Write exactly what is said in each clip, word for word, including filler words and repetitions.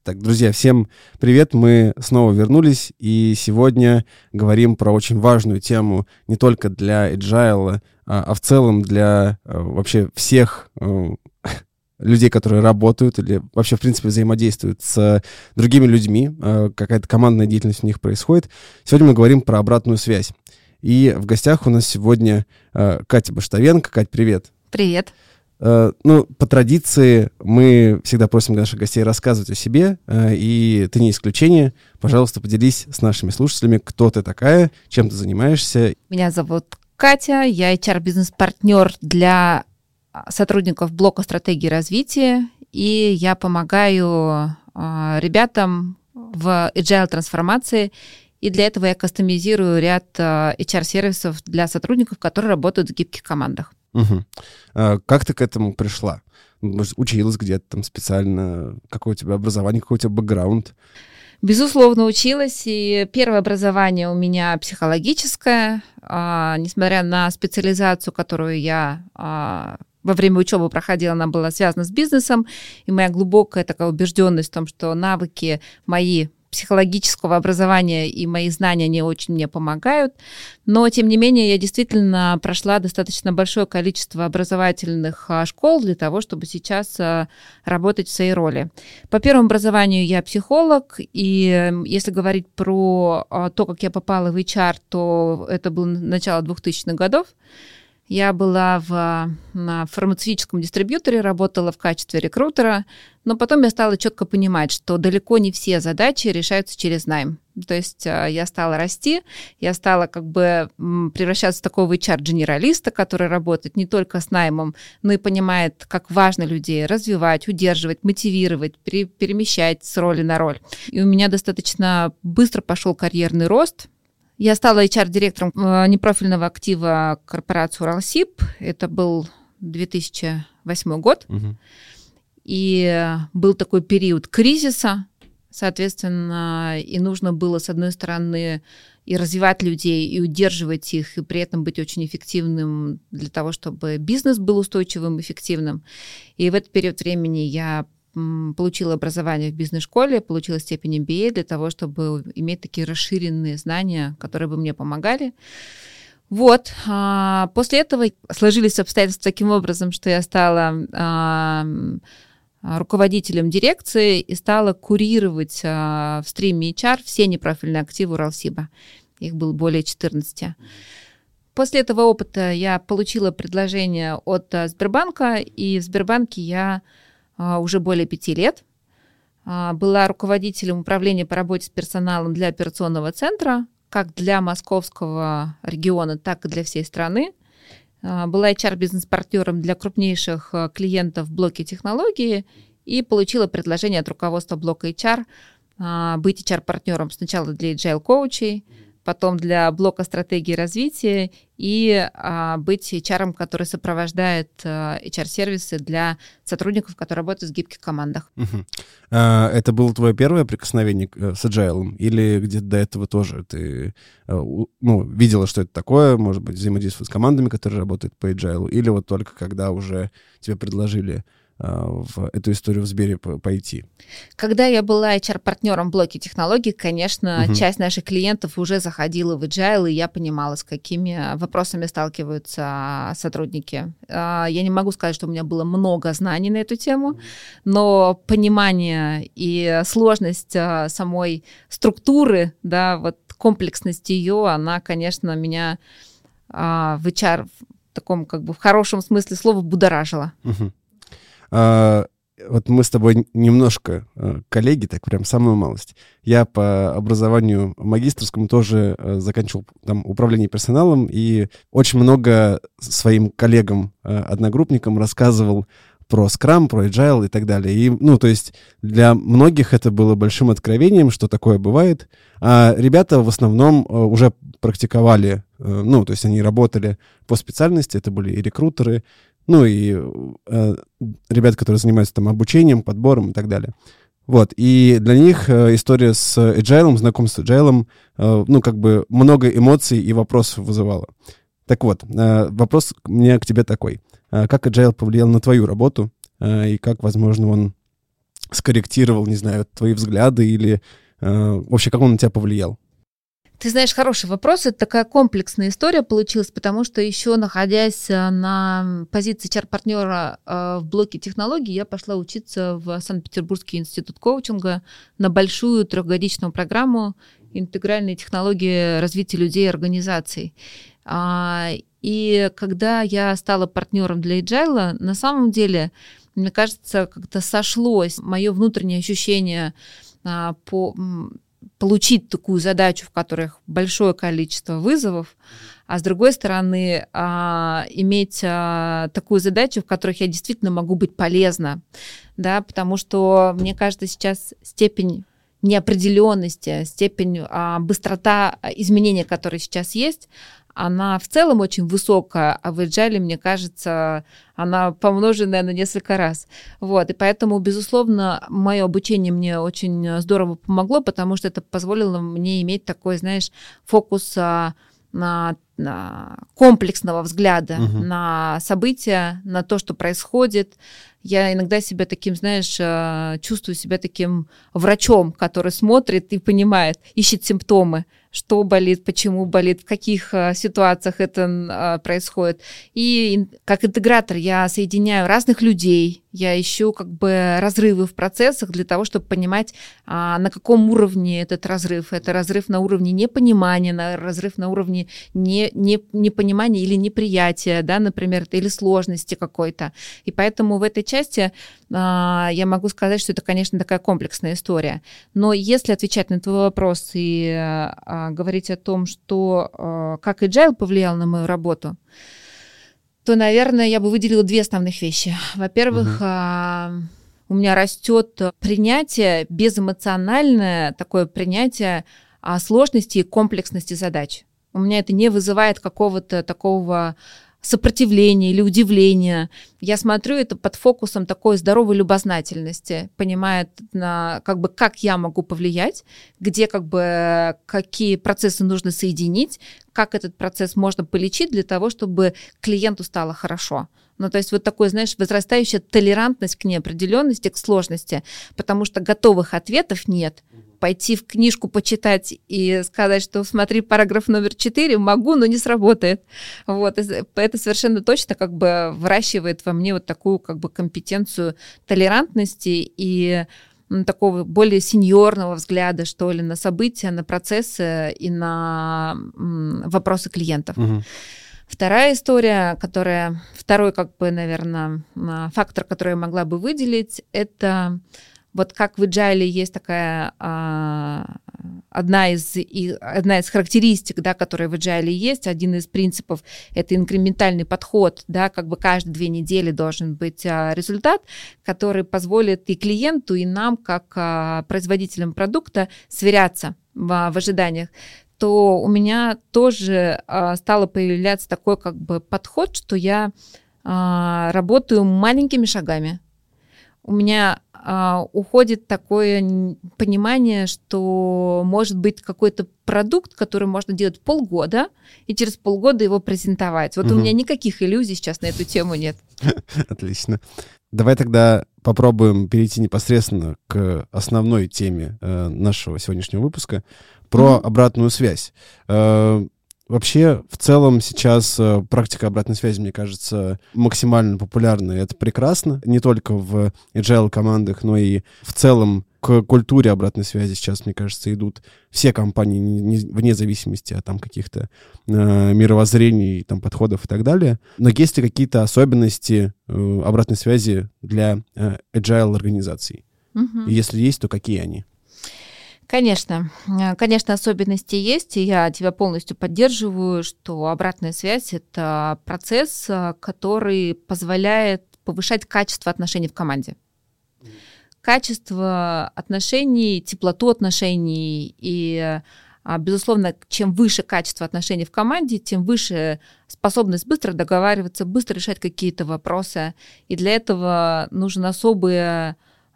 Так, друзья, всем привет, мы снова вернулись, и сегодня говорим про очень важную тему не только для Agile, а, а в целом для а, вообще всех а, людей, которые работают или вообще, в принципе, взаимодействуют с другими людьми, а, какая-то командная деятельность у них происходит. Сегодня мы говорим про обратную связь. И в гостях у нас сегодня а, Катя Баштовенко. Кать, привет. Привет. Uh, ну, по традиции мы всегда просим наших гостей рассказывать о себе, uh, и ты не исключение. Пожалуйста, поделись с нашими слушателями, кто ты такая, чем ты занимаешься. Меня зовут Катя, я эйч ар-бизнес-партнер для сотрудников блока стратегии развития, и я помогаю uh, ребятам в agile-трансформации, и для этого я кастомизирую ряд uh, эйч ар-сервисов для сотрудников, которые работают в гибких командах. Угу. А как ты к этому пришла? Может, училась где-то там специально? Какое у тебя образование, какой у тебя бэкграунд? Безусловно, училась, и первое образование у меня психологическое. А, несмотря на специализацию, которую я а, во время учебы проходила, она была связана с бизнесом, и моя глубокая такая убежденность в том, что навыки мои психологического образования и мои знания, они очень мне помогают. Но, тем не менее, я действительно прошла достаточно большое количество образовательных школ для того, чтобы сейчас работать в своей роли. По первому образованию я психолог, и если говорить про то, как я попала в эйч ар, то это было начало двухтысячных годов. Я была в, на фармацевтическом дистрибьюторе, работала в качестве рекрутера, но потом я стала четко понимать, что далеко не все задачи решаются через найм. То есть я стала расти, я стала как бы превращаться в такого эйч ар-генералиста, который работает не только с наймом, но и понимает, как важно людей развивать, удерживать, мотивировать, пере- перемещать с роли на роль. И у меня достаточно быстро пошел карьерный рост. Я стала эйч ар-директором непрофильного актива корпорации Уралсиб. Это был две тысячи восьмой год. Угу. И был такой период кризиса, соответственно, и нужно было, с одной стороны, и развивать людей, и удерживать их, и при этом быть очень эффективным для того, чтобы бизнес был устойчивым, эффективным. И в этот период времени я получила образование в бизнес-школе, получила степень эм би эй для того, чтобы иметь такие расширенные знания, которые бы мне помогали. Вот. После этого сложились обстоятельства таким образом, что я стала руководителем дирекции и стала курировать в стриме эйч ар все непрофильные активы Уралсиба. Их было более четырнадцати. После этого опыта я получила предложение от Сбербанка, и в Сбербанке я уже более пяти лет. Была руководителем управления по работе с персоналом для операционного центра, как для московского региона, так и для всей страны. Была эйч ар-бизнес-партнером для крупнейших клиентов в блоке технологии и получила предложение от руководства блока эйч ар быть эйч ар-партнером сначала для agile-коучей, потом для блока стратегии развития и а, быть эйч ар, который сопровождает а, эйч ар-сервисы для сотрудников, которые работают в гибких командах. Uh-huh. А, это было твое первое прикосновение с Agile? Или где-то до этого тоже ты ну, видела, что это такое, может быть, взаимодействовать с командами, которые работают по Agile? Или вот только когда уже тебе предложили в эту историю в Сбере пойти? Когда я была эйч ар-партнером в блоке технологий, конечно, uh-huh. часть наших клиентов уже заходила в Agile, и я понимала, с какими вопросами сталкиваются сотрудники. Я не могу сказать, что у меня было много знаний на эту тему, но понимание и сложность самой структуры, да, вот комплексность ее, она, конечно, меня в эйч ар в таком, как бы, в хорошем смысле слова будоражила. Uh-huh. Uh, вот мы с тобой немножко uh, коллеги, так прям самую малость. Я по образованию магистерскому тоже uh, заканчивал там управление персоналом и очень много своим коллегам, uh, одногруппникам рассказывал про Scrum, про Agile и так далее. И, ну, то есть для многих это было большим откровением, что такое бывает. А ребята в основном uh, уже практиковали, uh, ну, то есть они работали по специальности, это были и рекрутеры, ну и э, ребята, которые занимаются там обучением, подбором и так далее. Вот, и для них э, история с Agile, знакомство с Agile, э, ну, как бы много эмоций и вопросов вызывала. Так вот, э, вопрос у меня к тебе такой. Э, как Agile повлиял на твою работу, э, и как, возможно, он скорректировал, не знаю, твои взгляды или э, вообще как он на тебя повлиял? Ты знаешь, хороший вопрос. Это такая комплексная история получилась, потому что еще находясь на позиции эйч ар-партнера в блоке технологий, я пошла учиться в Санкт-Петербургский институт коучинга на большую трехгодичную программу «Интегральные технологии развития людей и организаций». И когда я стала партнером для Agile, на самом деле, мне кажется, как-то сошлось мое внутреннее ощущение по... получить такую задачу, в которых большое количество вызовов, а с другой стороны, а, иметь а, такую задачу, в которых я действительно могу быть полезна, да, потому что, мне кажется, сейчас степень неопределенности, степень а, быстрота изменения, которые сейчас есть, она в целом очень высокая, а в Agile, мне кажется, она помноженная на несколько раз. Вот, и поэтому, безусловно, мое обучение мне очень здорово помогло, потому что это позволило мне иметь такой, знаешь, фокус на, на комплексного взгляда угу. на события, на то, что происходит. Я иногда себя таким, знаешь, чувствую себя таким врачом, который смотрит и понимает, ищет симптомы, что болит, почему болит, в каких ситуациях это происходит. И как интегратор я соединяю разных людей, я ищу как бы разрывы в процессах для того, чтобы понимать, на каком уровне этот разрыв. Это разрыв на уровне непонимания, на разрыв на уровне не, не, непонимания или неприятия, да, например, или сложности какой-то. И поэтому в этой части я могу сказать, что это, конечно, такая комплексная история. Но если отвечать на твой вопрос и говорить о том, что как Agile повлиял на мою работу, то, наверное, я бы выделила две основных вещи. Во-первых, угу. у меня растет принятие, безэмоциональное такое принятие сложности и комплексности задач. У меня это не вызывает какого-то такого сопротивления или удивления. Я смотрю это под фокусом такой здоровой любознательности, понимая, на, как бы, как я могу повлиять, где как бы, какие процессы нужно соединить, как этот процесс можно полечить для того, чтобы клиенту стало хорошо. Ну, то есть вот такой, знаешь, возрастающая толерантность к неопределенности, к сложности, потому что готовых ответов нет. Пойти в книжку почитать и сказать, что смотри параграф номер четыре, могу, но не сработает. Вот. Это совершенно точно как бы выращивает во мне вот такую как бы компетенцию толерантности и такого более сеньорного взгляда, что ли, на события, на процессы и на вопросы клиентов. Угу. Вторая история, которая, второй, как бы, наверное, фактор, который я могла бы выделить, это вот как в Agile есть такая а, одна из, и, одна из характеристик, да, которая в Agile есть, один из принципов — это инкрементальный подход, да, как бы каждые две недели должен быть а, результат, который позволит и клиенту, и нам, как а, производителям продукта, сверяться в, в ожиданиях. То у меня тоже а, стало появляться такой как бы подход, что я а, работаю маленькими шагами. У меня а, уходит такое понимание, что может быть какой-то продукт, который можно делать полгода, и через полгода его презентовать. Вот угу. у меня никаких иллюзий сейчас на эту тему нет. Отлично. Давай тогда попробуем перейти непосредственно к основной теме э, нашего сегодняшнего выпуска, про mm-hmm. обратную связь. Э, вообще, в целом, сейчас э, практика обратной связи, мне кажется, максимально популярна, и это прекрасно. Не только в agile-командах, но и в целом к культуре обратной связи сейчас, мне кажется, идут все компании, не, не, вне зависимости от там, каких-то э, мировоззрений, там, подходов и так далее. Но есть ли какие-то особенности э, обратной связи для э, agile-организаций? Mm-hmm. И если есть, то какие они? Конечно, конечно, особенности есть, и я тебя полностью поддерживаю, что обратная связь — это процесс, который позволяет повышать качество отношений в команде. Качество отношений, теплоту отношений, и, безусловно, чем выше качество отношений в команде, тем выше способность быстро договариваться, быстро решать какие-то вопросы, и для этого нужен особый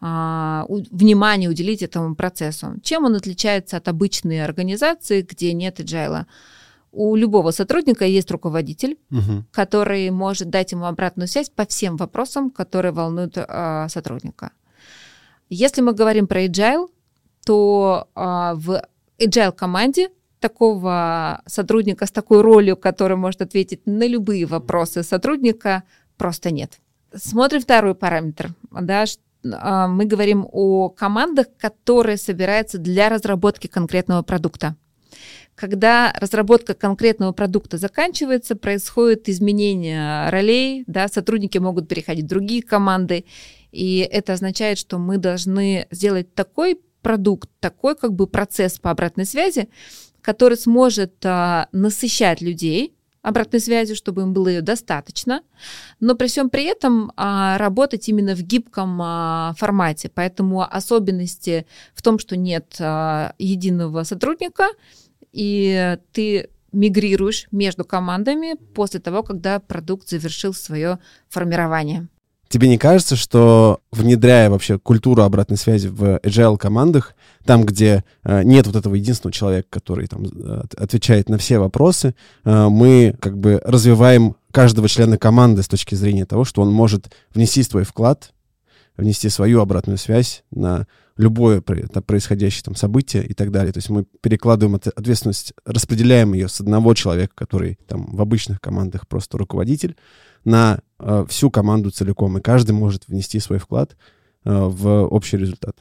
внимание уделить этому процессу. Чем он отличается от обычной организации, где нет agile? У любого сотрудника есть руководитель, угу. который может дать ему обратную связь по всем вопросам, которые волнуют а, сотрудника. Если мы говорим про agile, то а, в agile команде такого сотрудника с такой ролью, который может ответить на любые вопросы сотрудника, просто нет. Смотрим второй параметр. Да, мы говорим о командах, которые собираются для разработки конкретного продукта. Когда разработка конкретного продукта заканчивается, происходит изменение ролей, да, сотрудники могут переходить в другие команды, и это означает, что мы должны сделать такой продукт, такой как бы процесс по обратной связи, который сможет а, насыщать людей обратной связью, чтобы им было ее достаточно, но при всем при этом а, работать именно в гибком а, формате. Поэтому особенности в том, что нет а, единого сотрудника, и ты мигрируешь между командами после того, когда продукт завершил свое формирование. Тебе не кажется, что внедряя вообще культуру обратной связи в agile командах, там, где э, нет вот этого единственного человека, который там отвечает на все вопросы, э, мы как бы развиваем каждого члена команды с точки зрения того, что он может внести свой вклад, внести свою обратную связь на любое происходящее там событие и так далее. То есть мы перекладываем ответственность, распределяем ее с одного человека, который там в обычных командах просто руководитель, на э, всю команду целиком, и каждый может внести свой вклад э, в общий результат.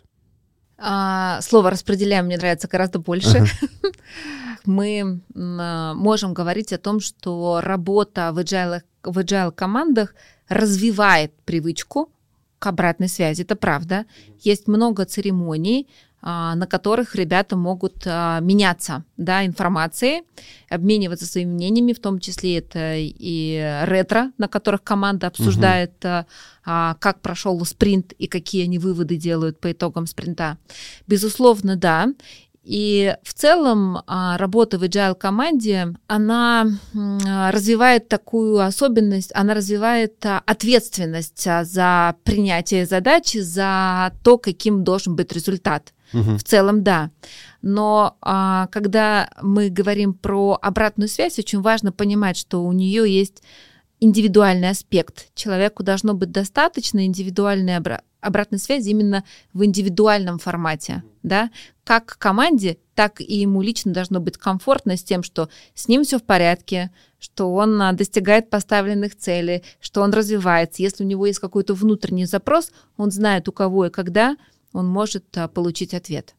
А, слово «распределяем» мне нравится гораздо больше. Uh-huh. Мы а, можем говорить о том, что работа в agile, в agile командах развивает привычку к обратной связи. Это правда. Есть много церемоний, на которых ребята могут меняться, да, информацией, обмениваться своими мнениями, в том числе это и ретро, на которых команда обсуждает, угу. как прошел спринт и какие они выводы делают по итогам спринта. Безусловно, да. И в целом работа в agile команде, она развивает такую особенность, она развивает ответственность за принятие задачи, за то, каким должен быть результат. Угу. В целом, да. Но а, когда мы говорим про обратную связь, очень важно понимать, что у нее есть индивидуальный аспект. Человеку должно быть достаточно индивидуальной обра- обратной связи именно в индивидуальном формате. Да? Как команде, так и ему лично должно быть комфортно с тем, что с ним все в порядке, что он достигает поставленных целей, что он развивается. Если у него есть какой-то внутренний запрос, он знает, у кого и когда он может а, получить ответ.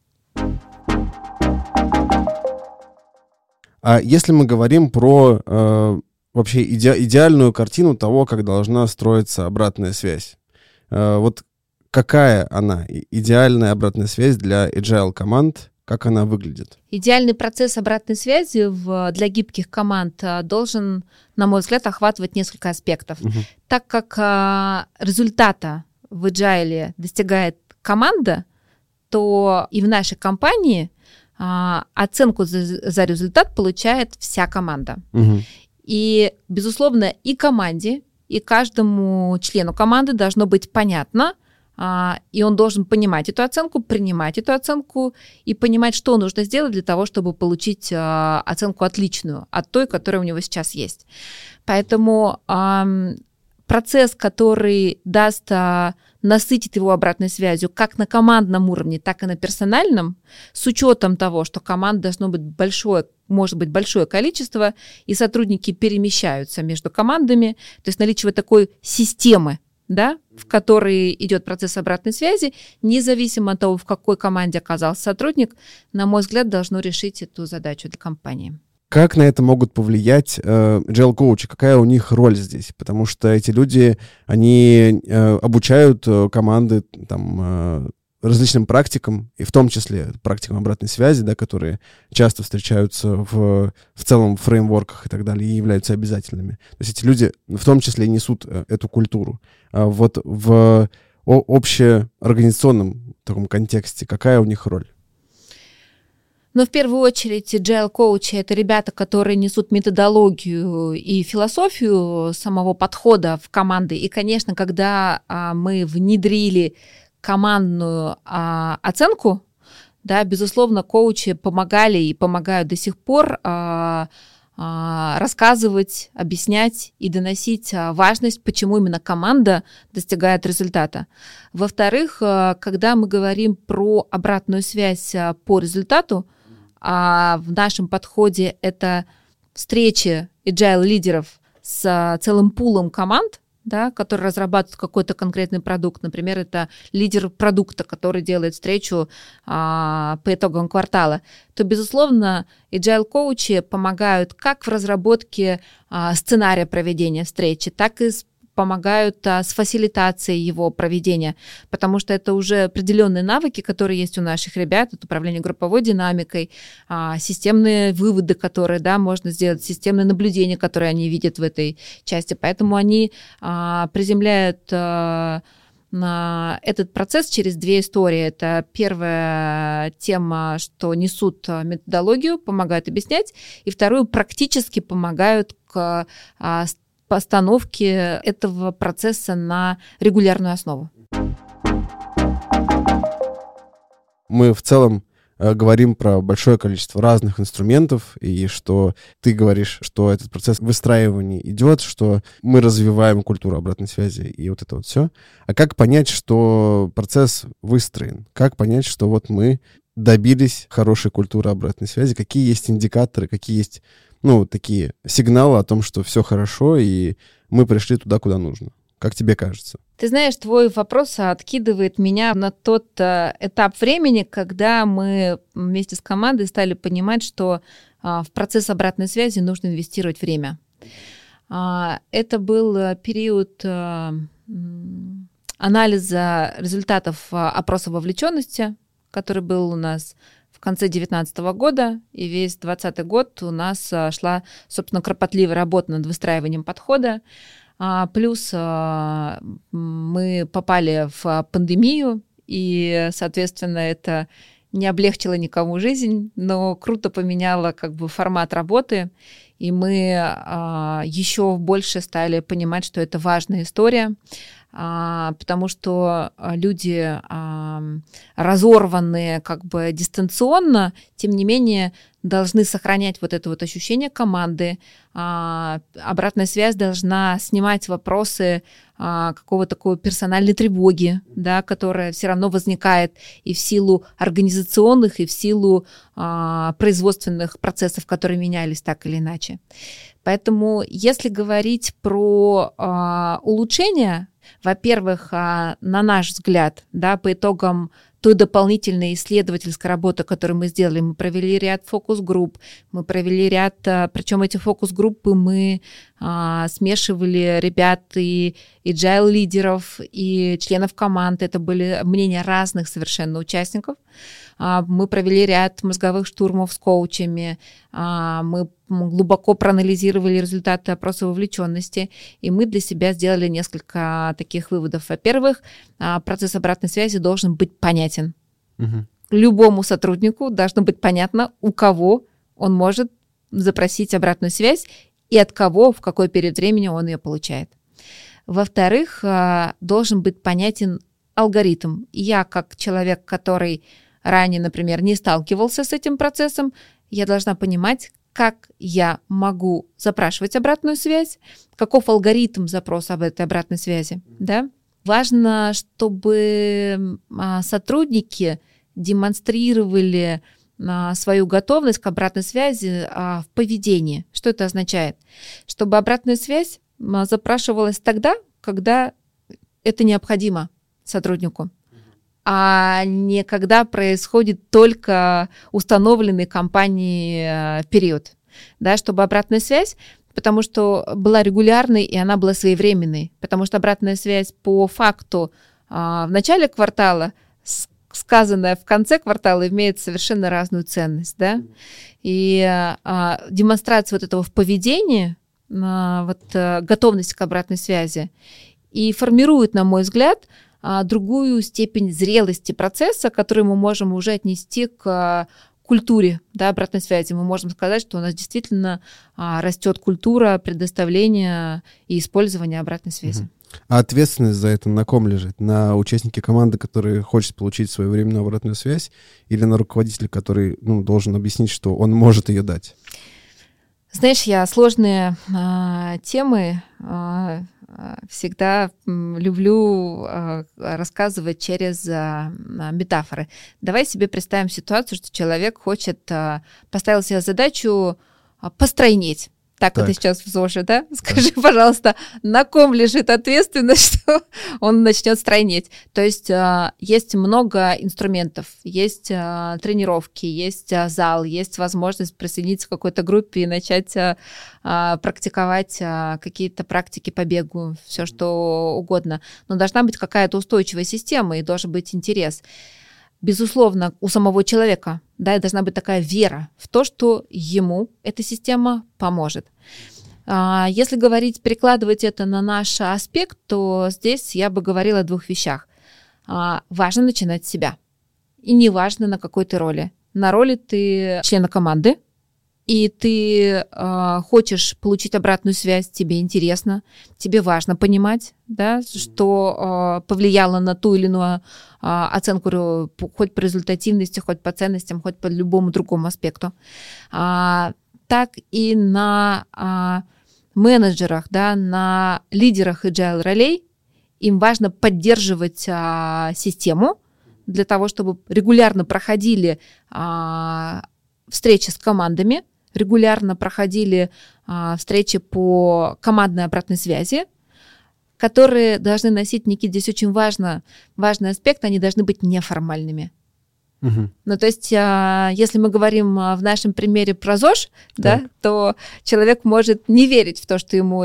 А если мы говорим про э, вообще иде- идеальную картину того, как должна строиться обратная связь, э, вот какая она, идеальная обратная связь для agile команд, как она выглядит? Идеальный процесс обратной связи в, для гибких команд должен, на мой взгляд, охватывать несколько аспектов. Угу. Так как а, результата в agile достигает команда, то и в нашей компании а, оценку за, за результат получает вся команда. Угу. И, безусловно, и команде, и каждому члену команды должно быть понятно, а, и он должен понимать эту оценку, принимать эту оценку и понимать, что нужно сделать для того, чтобы получить а, оценку отличную от той, которая у него сейчас есть. Поэтому а, процесс, который даст... А, насытит его обратной связью как на командном уровне, так и на персональном, с учетом того, что команд должно быть большое, может быть большое количество, и сотрудники перемещаются между командами, то есть наличие вот такой системы, да, в которой идет процесс обратной связи, независимо от того, в какой команде оказался сотрудник, на мой взгляд, должно решить эту задачу для компании. Как на это могут повлиять э, agile-коучи? Какая у них роль здесь? Потому что эти люди, они э, обучают э, команды там, э, различным практикам, и в том числе практикам обратной связи, да, которые часто встречаются в, в целом в фреймворках и так далее, и являются обязательными. То есть эти люди в том числе несут э, эту культуру. А вот в о, общеорганизационном таком контексте какая у них роль? Но в первую очередь agile-коучи — это ребята, которые несут методологию и философию самого подхода в команды. И, конечно, когда а, мы внедрили командную а, оценку, да, безусловно, коучи помогали и помогают до сих пор а, рассказывать, объяснять и доносить важность, почему именно команда достигает результата. Во-вторых, когда мы говорим про обратную связь по результату, а в нашем подходе это встречи agile-лидеров с целым пулом команд, да, которые разрабатывают какой-то конкретный продукт. Например, это лидер продукта, который делает встречу а, по итогам квартала. То, безусловно, agile-коучи помогают как в разработке а, сценария проведения встречи, так и с помогают а, с фасилитацией его проведения, потому что это уже определенные навыки, которые есть у наших ребят, это управление групповой динамикой, а, системные выводы, которые, да, можно сделать, системное наблюдение, которое они видят в этой части, поэтому они а, приземляют а, на этот процесс через две истории. Это первая тема, что несут методологию, помогают объяснять, и вторую, практически помогают к а, постановки этого процесса на регулярную основу. Мы в целом э, говорим про большое количество разных инструментов, и что ты говоришь, что этот процесс выстраивания идет, что мы развиваем культуру обратной связи и вот это вот все. А как понять, что процесс выстроен? Как понять, что вот мы добились хорошей культуры обратной связи? Какие есть индикаторы, какие есть ну, такие сигналы о том, что все хорошо, и мы пришли туда, куда нужно. Как тебе кажется? Ты знаешь, твой вопрос откидывает меня на тот э, этап времени, когда мы вместе с командой стали понимать, что э, в процесс обратной связи нужно инвестировать время. Э, это был период э, анализа результатов э, опроса вовлеченности, который был у нас в конце две тысячи девятнадцатого года, и весь двадцатый год у нас шла, собственно, кропотливая работа над выстраиванием подхода. Плюс мы попали в пандемию, и, соответственно, это не облегчило никому жизнь, но круто поменяло как бы формат работы, и мы еще больше стали понимать, что это важная история, потому что люди разорванные как бы дистанционно, тем не менее должны сохранять вот это вот ощущение команды. Обратная связь должна снимать вопросы какого-то такой персональной тревоги, да, которая все равно возникает и в силу организационных, и в силу производственных процессов, которые менялись так или иначе. Поэтому если говорить про улучшение, во-первых, на наш взгляд, да, по итогам той дополнительной исследовательской работы, которую мы сделали, мы провели ряд фокус-групп, мы провели ряд, причем эти фокус-группы мы а, смешивали ребят и agile-лидеров, и членов команд, это были мнения разных совершенно участников. А, мы провели ряд мозговых штурмов с коучами, а, мы глубоко проанализировали результаты опроса вовлеченности, и мы для себя сделали несколько таких выводов. Во-первых, процесс обратной связи должен быть понятен. Угу. Любому сотруднику должно быть понятно, у кого он может запросить обратную связь и от кого, в какой период времени он ее получает. Во-вторых, должен быть понятен алгоритм. Я, как человек, который ранее, например, не сталкивался с этим процессом, я должна понимать, как я могу запрашивать обратную связь, каков алгоритм запроса об этой обратной связи. Да? Важно, чтобы сотрудники демонстрировали свою готовность к обратной связи в поведении. Что это означает? Чтобы обратная связь запрашивалась тогда, когда это необходимо сотруднику, а не когда происходит только установленный компанией период. Да, чтобы обратная связь, потому что была регулярной, и она была своевременной. Потому что обратная связь по факту в начале квартала, сказанная в конце квартала, имеет совершенно разную ценность. Да? И а, демонстрация вот этого в поведении, а, вот, а, готовность к обратной связи, и формирует, на мой взгляд, другую степень зрелости процесса, который мы можем уже отнести к культуре, да, обратной связи. Мы можем сказать, что у нас действительно а, растет культура предоставления и использования обратной связи. А ответственность за это на ком лежит? На участнике команды, который хочет получить своевременную обратную связь, или на руководителе, который ну, должен объяснить, что он может ее дать? Знаешь, я сложные э, темы э, всегда люблю э, рассказывать через э, метафоры. Давай себе представим ситуацию, что человек хочет, э, поставил себе задачу э, постройнеть. Так, так, это сейчас в ЗОЖе, да? Скажи, так. пожалуйста, на ком лежит ответственность, что он начнет стройнеть? То есть э, есть много инструментов, есть э, тренировки, есть э, зал, есть возможность присоединиться к какой-то группе и начать э, э, практиковать э, какие-то практики по бегу, все что угодно. Но должна быть какая-то устойчивая система и должен быть интерес. Безусловно, у самого человека, да, должна быть такая вера в то, что ему эта система поможет. Если говорить, перекладывать это на наш аспект, то здесь я бы говорила о двух вещах. Важно начинать с себя. И не важно, на какой ты роли. На роли ты члена команды, и ты э, хочешь получить обратную связь, тебе интересно, тебе важно понимать, да, что э, повлияло на ту или иную э, оценку хоть по результативности, хоть по ценностям, хоть по любому другому аспекту. А, так и на а, менеджерах, да, на лидерах agile ролей им важно поддерживать а, систему для того, чтобы регулярно проходили а, встречи с командами, регулярно проходили а, встречи по командной обратной связи, которые должны носить, Никит, здесь очень важно, важный аспект, они должны быть неформальными. Угу. Ну, то есть, а, если мы говорим в нашем примере про ЗОЖ, да, то человек может не верить в то, что ему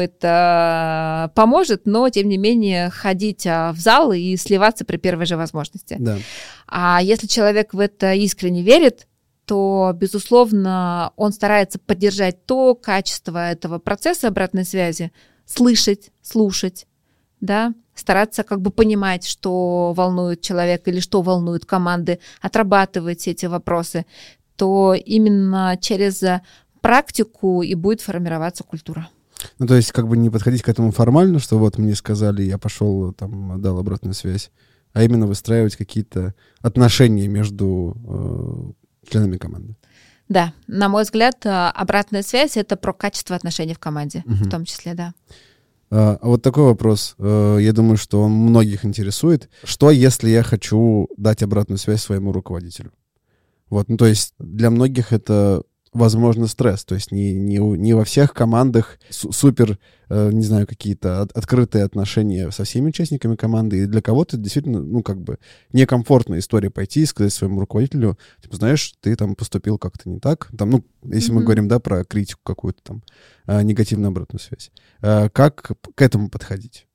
это поможет, но, тем не менее, ходить в зал и сливаться при первой же возможности. Да. А если человек в это искренне верит, то, безусловно, он старается поддержать то качество этого процесса обратной связи, слышать, слушать, да, стараться как бы понимать, что волнует человека или что волнует команды, отрабатывать эти вопросы, то именно через практику и будет формироваться культура. Ну, то есть как бы не подходить к этому формально, что вот мне сказали, я пошел, там, дал обратную связь, а именно выстраивать какие-то отношения между э, членами команды. Да, на мой взгляд, обратная связь — это про качество отношений в команде, угу. в том числе, да. А вот такой вопрос, я думаю, что он многих интересует. Что, если я хочу дать обратную связь своему руководителю? Вот, ну, то есть для многих это, возможно, стресс. То есть не, не, не во всех командах супер, не знаю, какие-то от, открытые отношения со всеми участниками команды. И для кого-то действительно, ну, как бы некомфортная история пойти и сказать своему руководителю, типа, знаешь, ты там поступил как-то не так. Там, ну, если mm-hmm. мы говорим, да, про критику какую-то там, негативную обратную связь. Как к этому подходить?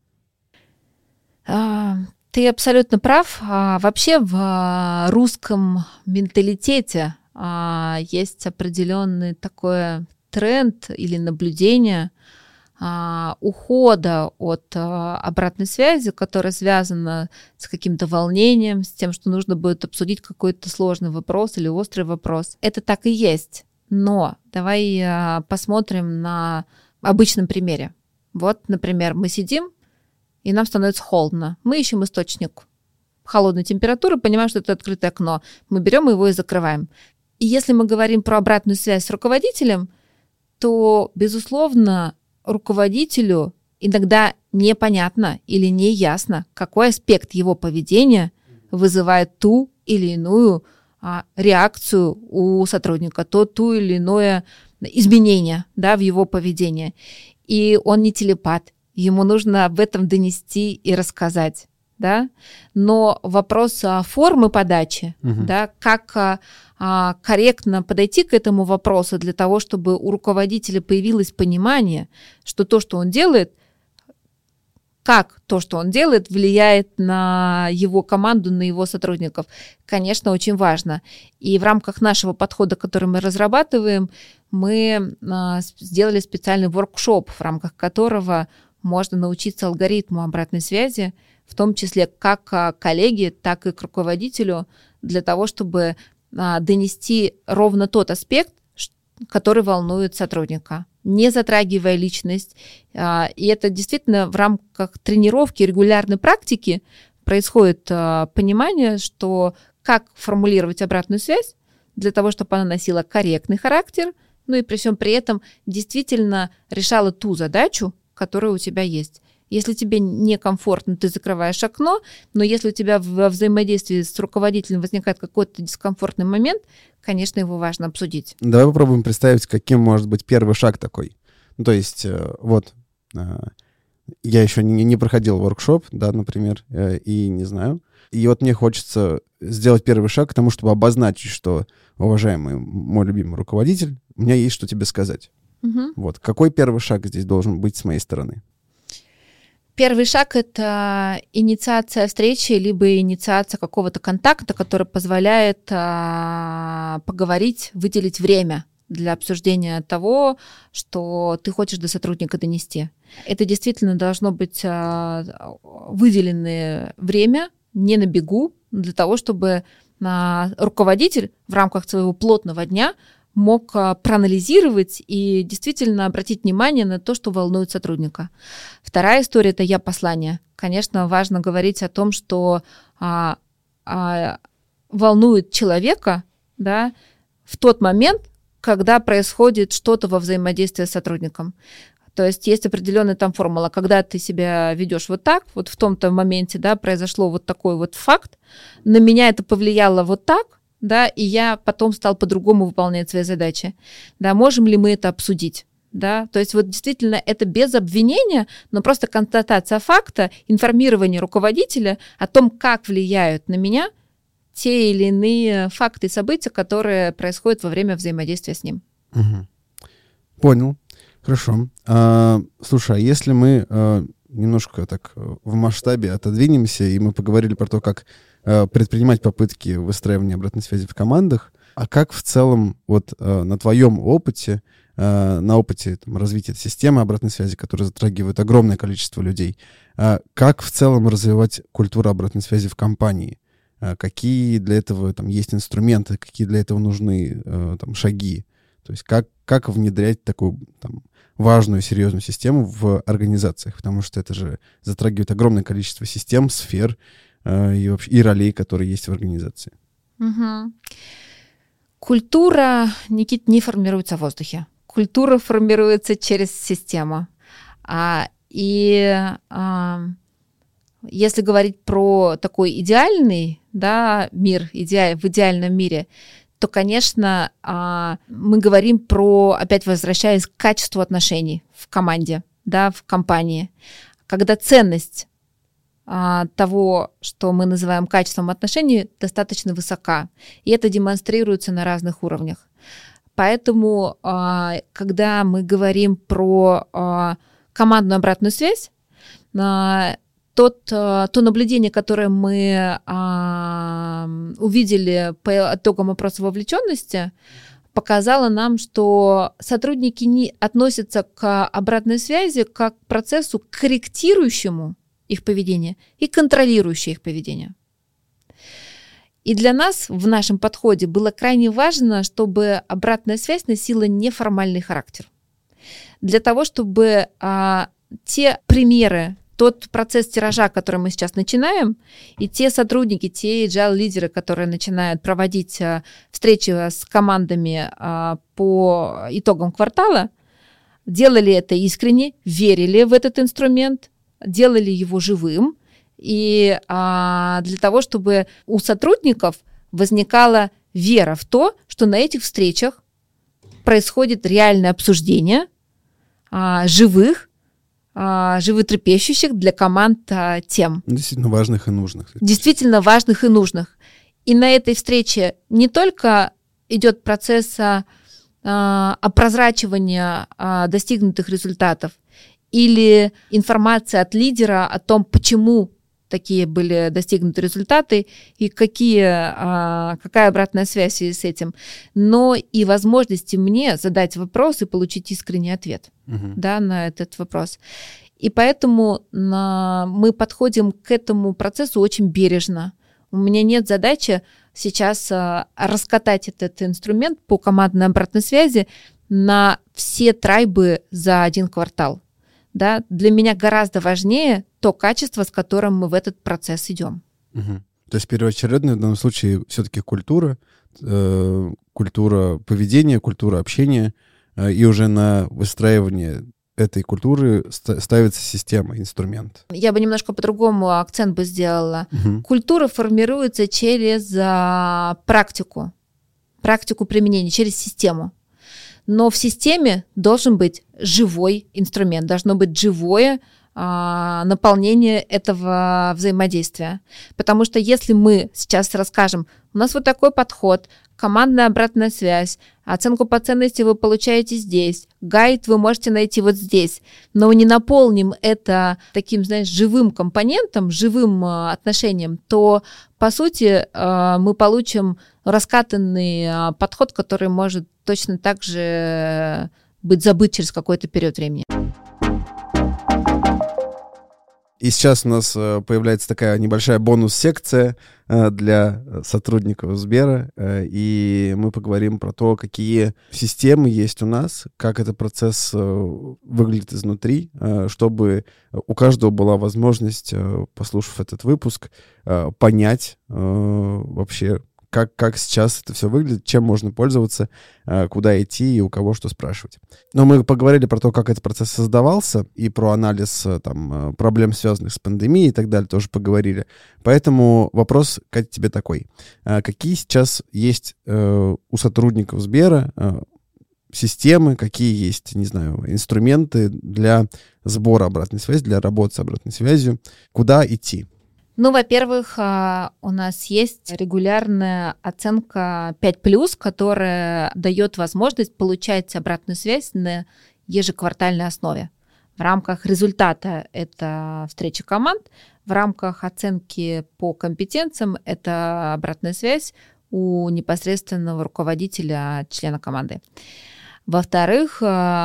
Ты абсолютно прав. Вообще в русском менталитете есть определенный такой тренд или наблюдение ухода от обратной связи, которая связана с каким-то волнением, с тем, что нужно будет обсудить какой-то сложный вопрос или острый вопрос. Это так и есть. Но давай посмотрим на обычном примере. Вот, например, мы сидим, и нам становится холодно. Мы ищем источник холодной температуры, понимаем, что это открытое окно. Мы берем его и закрываем. И если мы говорим про обратную связь с руководителем, то, безусловно, руководителю иногда непонятно или неясно, какой аспект его поведения вызывает ту или иную а, реакцию у сотрудника, то ту или иное изменение, да, в его поведении. И он не телепат, ему нужно об этом донести и рассказать. Да? Но вопрос а, формы подачи, угу. да, как а, а, корректно подойти к этому вопросу для того, чтобы у руководителя появилось понимание, что то, что он делает, как то, что он делает, влияет на его команду, на его сотрудников, конечно, очень важно. И в рамках нашего подхода, который мы разрабатываем, мы а, сделали специальный воркшоп, в рамках которого можно научиться алгоритму обратной связи, в том числе как к коллеге, так и к руководителю, для того, чтобы а, донести ровно тот аспект, который волнует сотрудника, не затрагивая личность. А, и это действительно в рамках тренировки, регулярной практики происходит а, понимание, что как формулировать обратную связь для того, чтобы она носила корректный характер, ну и при всем при этом действительно решала ту задачу, которая у тебя есть. Если тебе некомфортно, ты закрываешь окно, но если у тебя во взаимодействии с руководителем возникает какой-то дискомфортный момент, конечно, его важно обсудить. Давай попробуем представить, каким может быть первый шаг такой. Ну, то есть, вот, я еще не, не проходил воркшоп, да, например, и не знаю. И вот мне хочется сделать первый шаг к тому, чтобы обозначить, что, уважаемый мой любимый руководитель, у меня есть что тебе сказать. Угу. Вот. Какой первый шаг здесь должен быть с моей стороны? Первый шаг — это инициация встречи, либо инициация какого-то контакта, который позволяет а, поговорить, выделить время для обсуждения того, что ты хочешь до сотрудника донести. Это действительно должно быть а, выделенное время, не на бегу, для того, чтобы а, руководитель в рамках своего плотного дня мог проанализировать и действительно обратить внимание на то, что волнует сотрудника. Вторая история — это я-послание. Конечно, важно говорить о том, что а, а, волнует человека, да, в тот момент, когда происходит что-то во взаимодействии с сотрудником. То есть есть определенная там формула, когда ты себя ведешь вот так, вот в том-то моменте, да, произошло вот такой вот факт, на меня это повлияло вот так, да, и я потом стал по-другому выполнять свои задачи. Да, можем ли мы это обсудить? Да, то есть вот действительно это без обвинения, но просто констатация факта, информирование руководителя о том, как влияют на меня те или иные факты и события, которые происходят во время взаимодействия с ним. Угу. Понял. Хорошо. А, слушай, а если мы а, немножко так в масштабе отодвинемся, и мы поговорили про то, как а, предпринимать попытки выстраивания обратной связи в командах, а как в целом вот а, на твоем опыте, а, на опыте там, развития системы обратной связи, которая затрагивает огромное количество людей, а, как в целом развивать культуру обратной связи в компании? А, какие для этого там есть инструменты, какие для этого нужны а, там, шаги? То есть как, как внедрять такую там, важную, серьезную систему в организациях, потому что это же затрагивает огромное количество систем, сфер э, и, вообще, и ролей, которые есть в организации. Угу. Культура, Никит, не формируется в воздухе. Культура формируется через систему. А, и а, если говорить про такой идеальный, да, мир, иде, в идеальном мире, то, конечно, мы говорим про, опять возвращаясь к качеству отношений в команде, да, в компании, когда ценность того, что мы называем качеством отношений, достаточно высока, и это демонстрируется на разных уровнях. Поэтому, когда мы говорим про командную обратную связь, Тот, то наблюдение, которое мы а, увидели по итогам опроса вовлеченности, показало нам, что сотрудники не относятся к обратной связи как к процессу, корректирующему их поведение и контролирующему их поведение. И для нас в нашем подходе было крайне важно, чтобы обратная связь носила неформальный характер. Для того, чтобы а, те примеры, тот процесс тиража, который мы сейчас начинаем, и те сотрудники, те agile-лидеры, которые начинают проводить а, встречи с командами а, по итогам квартала, делали это искренне, верили в этот инструмент, делали его живым, и а, для того, чтобы у сотрудников возникала вера в то, что на этих встречах происходит реальное обсуждение а, живых, животрепещущих для команд а, тем. Действительно важных и нужных. Действительно важных и нужных. И на этой встрече не только идет процесс а, опрозрачивания а, достигнутых результатов или информация от лидера о том, почему такие были достигнуты результаты и какие, а, какая обратная связь в связи с этим, но и возможности мне задать вопрос и получить искренний ответ uh-huh. да, на этот вопрос. И поэтому на, мы подходим к этому процессу очень бережно. У меня нет задачи сейчас а, раскатать этот инструмент по командной обратной связи на все трайбы за один квартал. Да, для меня гораздо важнее то качество, с которым мы в этот процесс идем. Угу. То есть первоочередно в данном случае все-таки культура, э, культура поведения, культура общения, и уже на выстраивание этой культуры ставится система, инструмент. Я бы немножко по-другому акцент бы сделала. Угу. Культура формируется через а, практику, практику применения, через систему. Но в системе должен быть живой инструмент, должно быть живое а, наполнение этого взаимодействия. Потому что если мы сейчас расскажем, у нас вот такой подход, командная обратная связь, оценку по ценности вы получаете здесь, гайд вы можете найти вот здесь, но не наполним это таким, знаешь, живым компонентом, живым отношением, то, по сути, мы получим раскатанный подход, который может точно так же быть забыт через какой-то период времени. И сейчас у нас появляется такая небольшая бонус-секция для сотрудников Сбера, и мы поговорим про то, какие системы есть у нас, как этот процесс выглядит изнутри, чтобы у каждого была возможность, послушав этот выпуск, понять вообще, Как, как сейчас это все выглядит, чем можно пользоваться, куда идти и у кого что спрашивать. Но мы поговорили про то, как этот процесс создавался, и про анализ там, проблем, связанных с пандемией и так далее, тоже поговорили. Поэтому вопрос, Катя, тебе такой. Какие сейчас есть у сотрудников Сбера системы, какие есть, не знаю, инструменты для сбора обратной связи, для работы с обратной связью, куда идти? Ну, во-первых, у нас есть регулярная оценка пять плюс, которая дает возможность получать обратную связь на ежеквартальной основе. В рамках результата это встреча команд, в рамках оценки по компетенциям это обратная связь у непосредственного руководителя, члена команды. Во-вторых,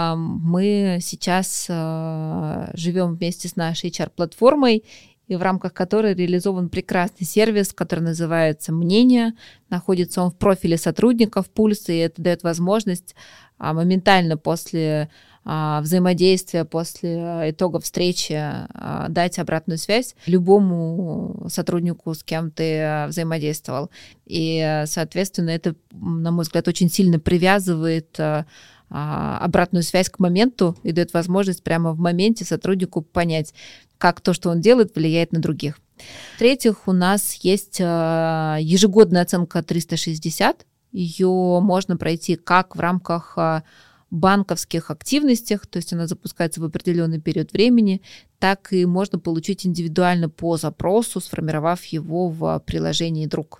мы сейчас живем вместе с нашей эйч ар-платформой, и в рамках которой реализован прекрасный сервис, который называется «Мнение». Находится он в профиле сотрудников Пульса, и это дает возможность а, моментально после а, взаимодействия, после итогов встречи а, дать обратную связь любому сотруднику, с кем ты взаимодействовал. И, соответственно, это, на мой взгляд, очень сильно привязывает а, обратную связь к моменту и дает возможность прямо в моменте сотруднику понять, как то, что он делает, влияет на других. В-третьих, у нас есть ежегодная оценка триста шестьдесят. Ее можно пройти как в рамках банковских активностях, то есть она запускается в определенный период времени, так и можно получить индивидуально по запросу, сформировав его в приложении «Друг».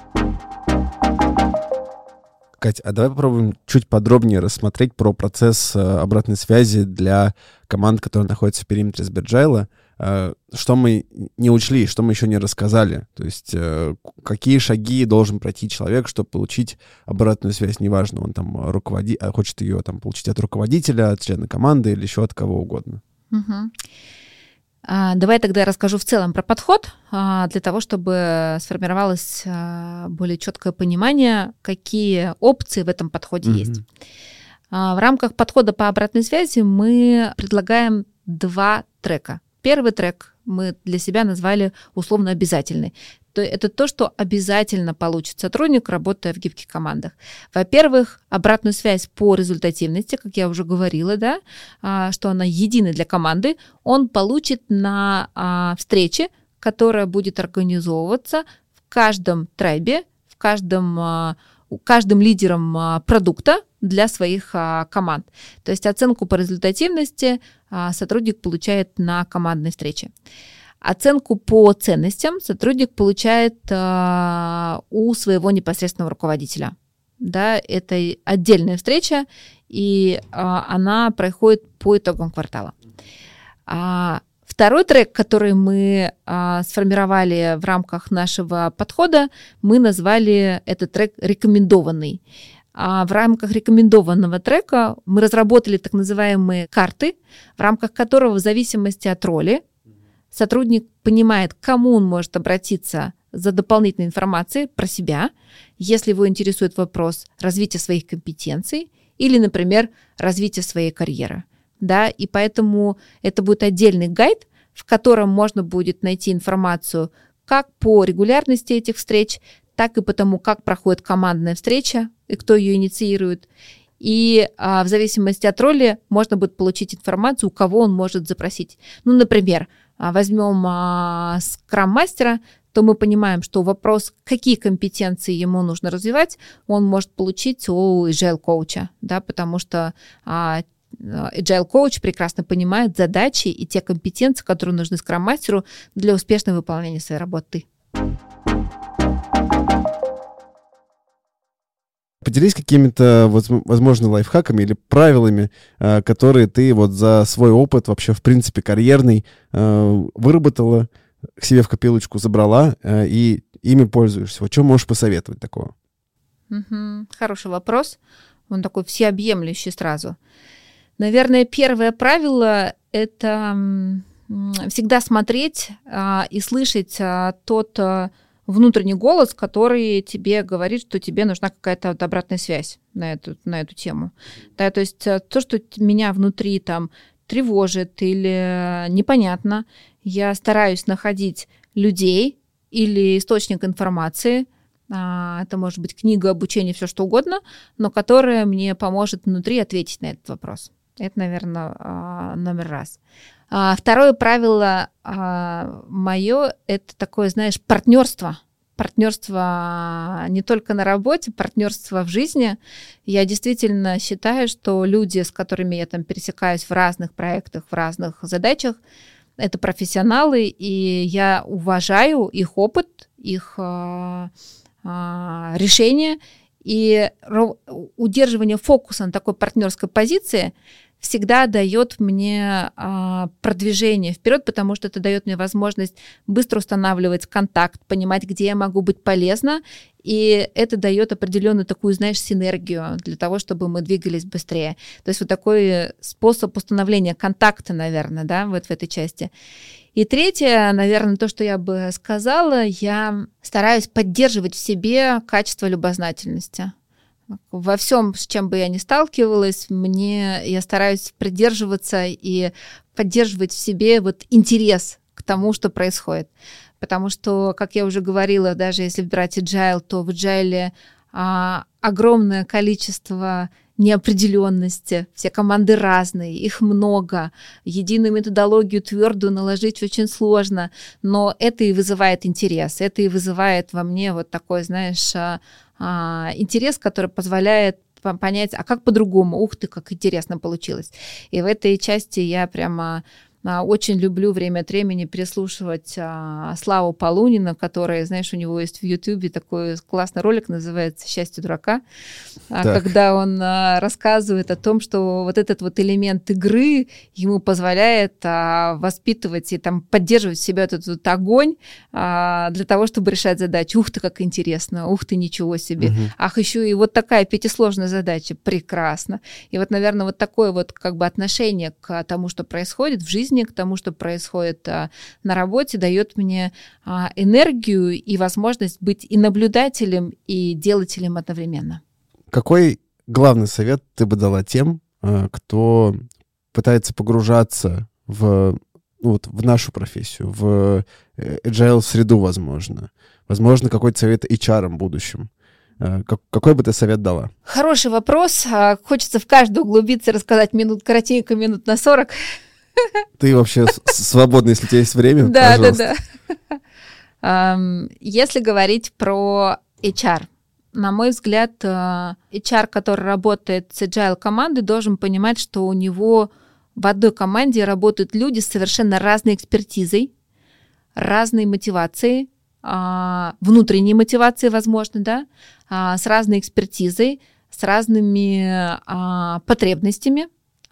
Кать, а давай попробуем чуть подробнее рассмотреть про процесс обратной связи для команд, которые находятся в периметре Сберджайла. Что мы не учли, что мы еще не рассказали. То есть какие шаги должен пройти человек, чтобы получить обратную связь. Неважно, он там руководи... хочет ее там получить от руководителя, от члена команды или еще от кого угодно. Угу. Давай тогда я расскажу в целом про подход, для того, чтобы сформировалось более четкое понимание, какие опции в этом подходе mm-hmm. есть. В рамках подхода по обратной связи мы предлагаем два трека. Первый трек мы для себя назвали условно обязательный. Это то, что обязательно получит сотрудник, работая в гибких командах. Во-первых, обратную связь по результативности, как я уже говорила, да, что она единая для команды, он получит на встрече, которая будет организовываться в каждом трайбе, в каждом, каждым лидером продукта для своих команд. То есть оценку по результативности сотрудник получает на командной встрече. Оценку по ценностям сотрудник получает э, у своего непосредственного руководителя. Да, это отдельная встреча, и э, она проходит по итогам квартала. А второй трек, который мы э, сформировали в рамках нашего подхода, мы назвали этот трек «Рекомендованный». А в рамках рекомендованного трека мы разработали так называемые карты, в рамках которого в зависимости от роли сотрудник понимает, к кому он может обратиться за дополнительной информацией про себя, если его интересует вопрос развития своих компетенций или, например, развития своей карьеры. Да? И поэтому это будет отдельный гайд, в котором можно будет найти информацию как по регулярности этих встреч, так и по тому, как проходит командная встреча и кто ее инициирует. и а, в зависимости от роли можно будет получить информацию, у кого он может запросить. Ну, например, возьмем а, скрам-мастера, то мы понимаем, что вопрос, какие компетенции ему нужно развивать, он может получить у agile-коуча, да, потому что а, agile-коуч прекрасно понимает задачи и те компетенции, которые нужны скрам-мастеру для успешного выполнения своей работы. Поделись какими-то, возможно, лайфхаками или правилами, которые ты вот за свой опыт, вообще, в принципе, карьерный, выработала, к себе в копилочку забрала и ими пользуешься. Вот что можешь посоветовать такого? Угу. Хороший вопрос. Он такой всеобъемлющий сразу. Наверное, первое правило — это всегда смотреть а, и слышать а, тот а, внутренний голос, который тебе говорит, что тебе нужна какая-то вот обратная связь на эту, на эту тему. Да, то есть а, то, что меня внутри там тревожит или непонятно, я стараюсь находить людей или источник информации, а, это может быть книга, обучение, все что угодно, но которая мне поможет внутри ответить на этот вопрос. Это, наверное, номер раз. Второе правило мое — это такое, знаешь, партнерство. Партнерство не только на работе, партнерство в жизни. Я действительно считаю, что люди, с которыми я там пересекаюсь в разных проектах, в разных задачах, это профессионалы, и я уважаю их опыт, их решения, и удерживание фокуса на такой партнерской позиции всегда дает мне а, продвижение вперед, потому что это дает мне возможность быстро устанавливать контакт, понимать, где я могу быть полезна, и это дает определенную такую, знаешь, синергию для того, чтобы мы двигались быстрее. То есть вот такой способ установления контакта, наверное, да, вот в этой части. И третье, наверное, то, что я бы сказала, я стараюсь поддерживать в себе качество любознательности. Во всем, с чем бы я ни сталкивалась, мне, я стараюсь придерживаться и поддерживать в себе вот интерес к тому, что происходит. Потому что, как я уже говорила, даже если брать agile, то в agile а, огромное количество неопределенности, все команды разные, их много, единую методологию твердую наложить очень сложно, но это и вызывает интерес, это и вызывает во мне вот такой, знаешь, интерес, который позволяет понять, а как по-другому, ух ты, как интересно получилось. И в этой части я прямо очень люблю время от времени переслушивать а, Славу Полунина, который, знаешь, у него есть в Ютубе такой классный ролик, называется «Счастье дурака», а, когда он а, рассказывает о том, что вот этот вот элемент игры ему позволяет а, воспитывать и там поддерживать в себе этот вот огонь а, для того, чтобы решать задачи. Ух ты, как интересно, ух ты, ничего себе. Угу. Ах, еще и вот такая пятисложная задача, прекрасно. И вот, наверное, вот такое вот как бы отношение к тому, что происходит в жизни, к тому, что происходит а, на работе, дает мне а, энергию и возможность быть и наблюдателем, и делателем одновременно. Какой главный совет ты бы дала тем, а, кто пытается погружаться в, ну, вот, в нашу профессию, в agile-среду, возможно? Возможно, какой-то совет эйч ар в будущем? Какой бы ты совет дала? Хороший вопрос. Хочется в каждый углубиться, рассказать минут, коротенько, минут на сорок. Ты вообще свободна, если у тебя есть время? Да, да, да. Если говорить про эйч ар, на мой взгляд, эйч ар, который работает с agile командой, должен понимать, что у него в одной команде работают люди с совершенно разной экспертизой, разной мотивацией, внутренней мотивацией, возможно, да, с разной экспертизой, с разными потребностями.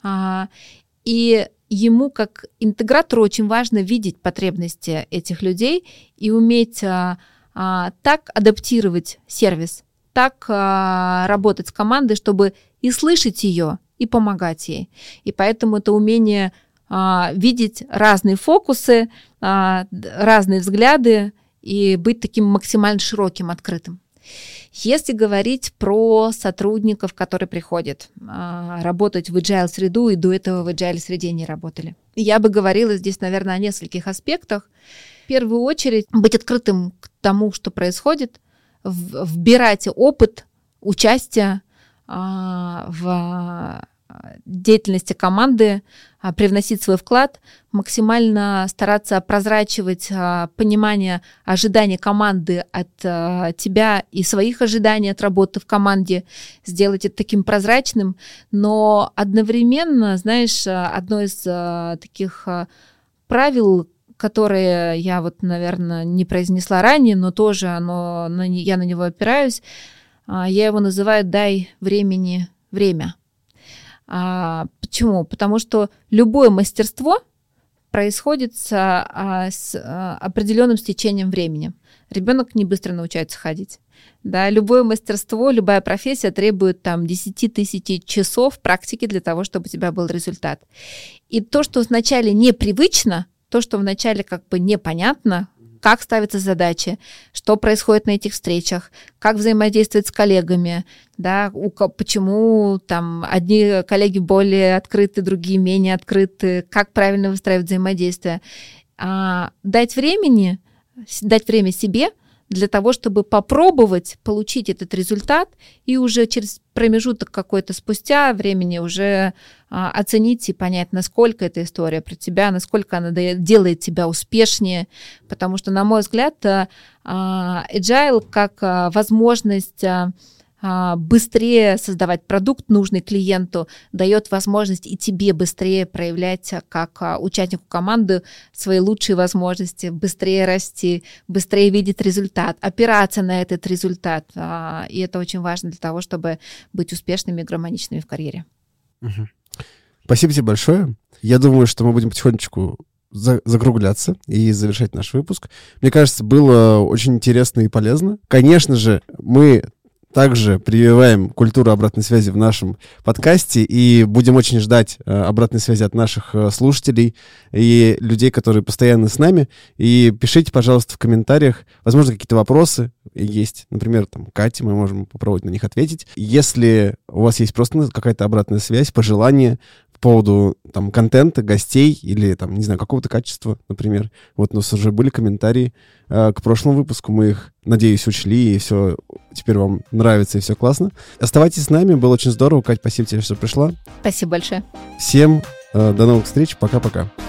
И ему, как интегратору, очень важно видеть потребности этих людей и уметь а, а, так адаптировать сервис, так а, работать с командой, чтобы и слышать ее, и помогать ей. И поэтому это умение а, видеть разные фокусы, а, разные взгляды и быть таким максимально широким, открытым. Если говорить про сотрудников, которые приходят а, работать в agile-среду и до этого в agile-среде не работали, я бы говорила здесь, наверное, о нескольких аспектах. В первую очередь, быть открытым к тому, что происходит, в, вбирать опыт участия, в деятельности команды, привносить свой вклад, максимально стараться прозрачивать понимание ожиданий команды от тебя и своих ожиданий от работы в команде, сделать это таким прозрачным, но одновременно, знаешь, одно из таких правил, которое я вот, наверное, не произнесла ранее, но тоже оно, я на него опираюсь, я его называю «дай времени время». А, почему? Потому что любое мастерство происходит с, а, с а, определенным стечением времени. Ребенок не быстро научается ходить. Да, любое мастерство, любая профессия требует там десять тысяч часов практики для того, чтобы у тебя был результат. И то, что вначале непривычно, то, что вначале как бы непонятно, как ставятся задачи, что происходит на этих встречах, как взаимодействовать с коллегами, да, у, почему там одни коллеги более открыты, другие менее открыты, как правильно выстраивать взаимодействие. А, дать времени, дать время себе для того, чтобы попробовать получить этот результат и уже через промежуток какой-то спустя времени уже а, оценить и понять, насколько эта история про тебя, насколько она делает тебя успешнее. Потому что, на мой взгляд, а, agile как а, возможность а, быстрее создавать продукт, нужный клиенту, дает возможность и тебе быстрее проявлять как участнику команды свои лучшие возможности, быстрее расти, быстрее видеть результат, опираться на этот результат. И это очень важно для того, чтобы быть успешными и гармоничными в карьере. Угу. Спасибо тебе большое. Я думаю, что мы будем потихонечку закругляться и завершать наш выпуск. Мне кажется, было очень интересно и полезно. Конечно же, мы также прививаем культуру обратной связи в нашем подкасте и будем очень ждать э, обратной связи от наших э, слушателей и людей, которые постоянно с нами. И пишите, пожалуйста, в комментариях, возможно, какие-то вопросы есть. Например, там, Кате, мы можем попробовать на них ответить. Если у вас есть просто какая-то обратная связь, пожелания по поводу там контента, гостей или там, не знаю, какого-то качества, например. Вот у нас уже были комментарии э, к прошлому выпуску, мы их, надеюсь, учли, и все теперь вам нравится, и все классно. Оставайтесь с нами, было очень здорово. Кать, спасибо тебе, что пришла. Спасибо большое. Всем э, до новых встреч, пока-пока.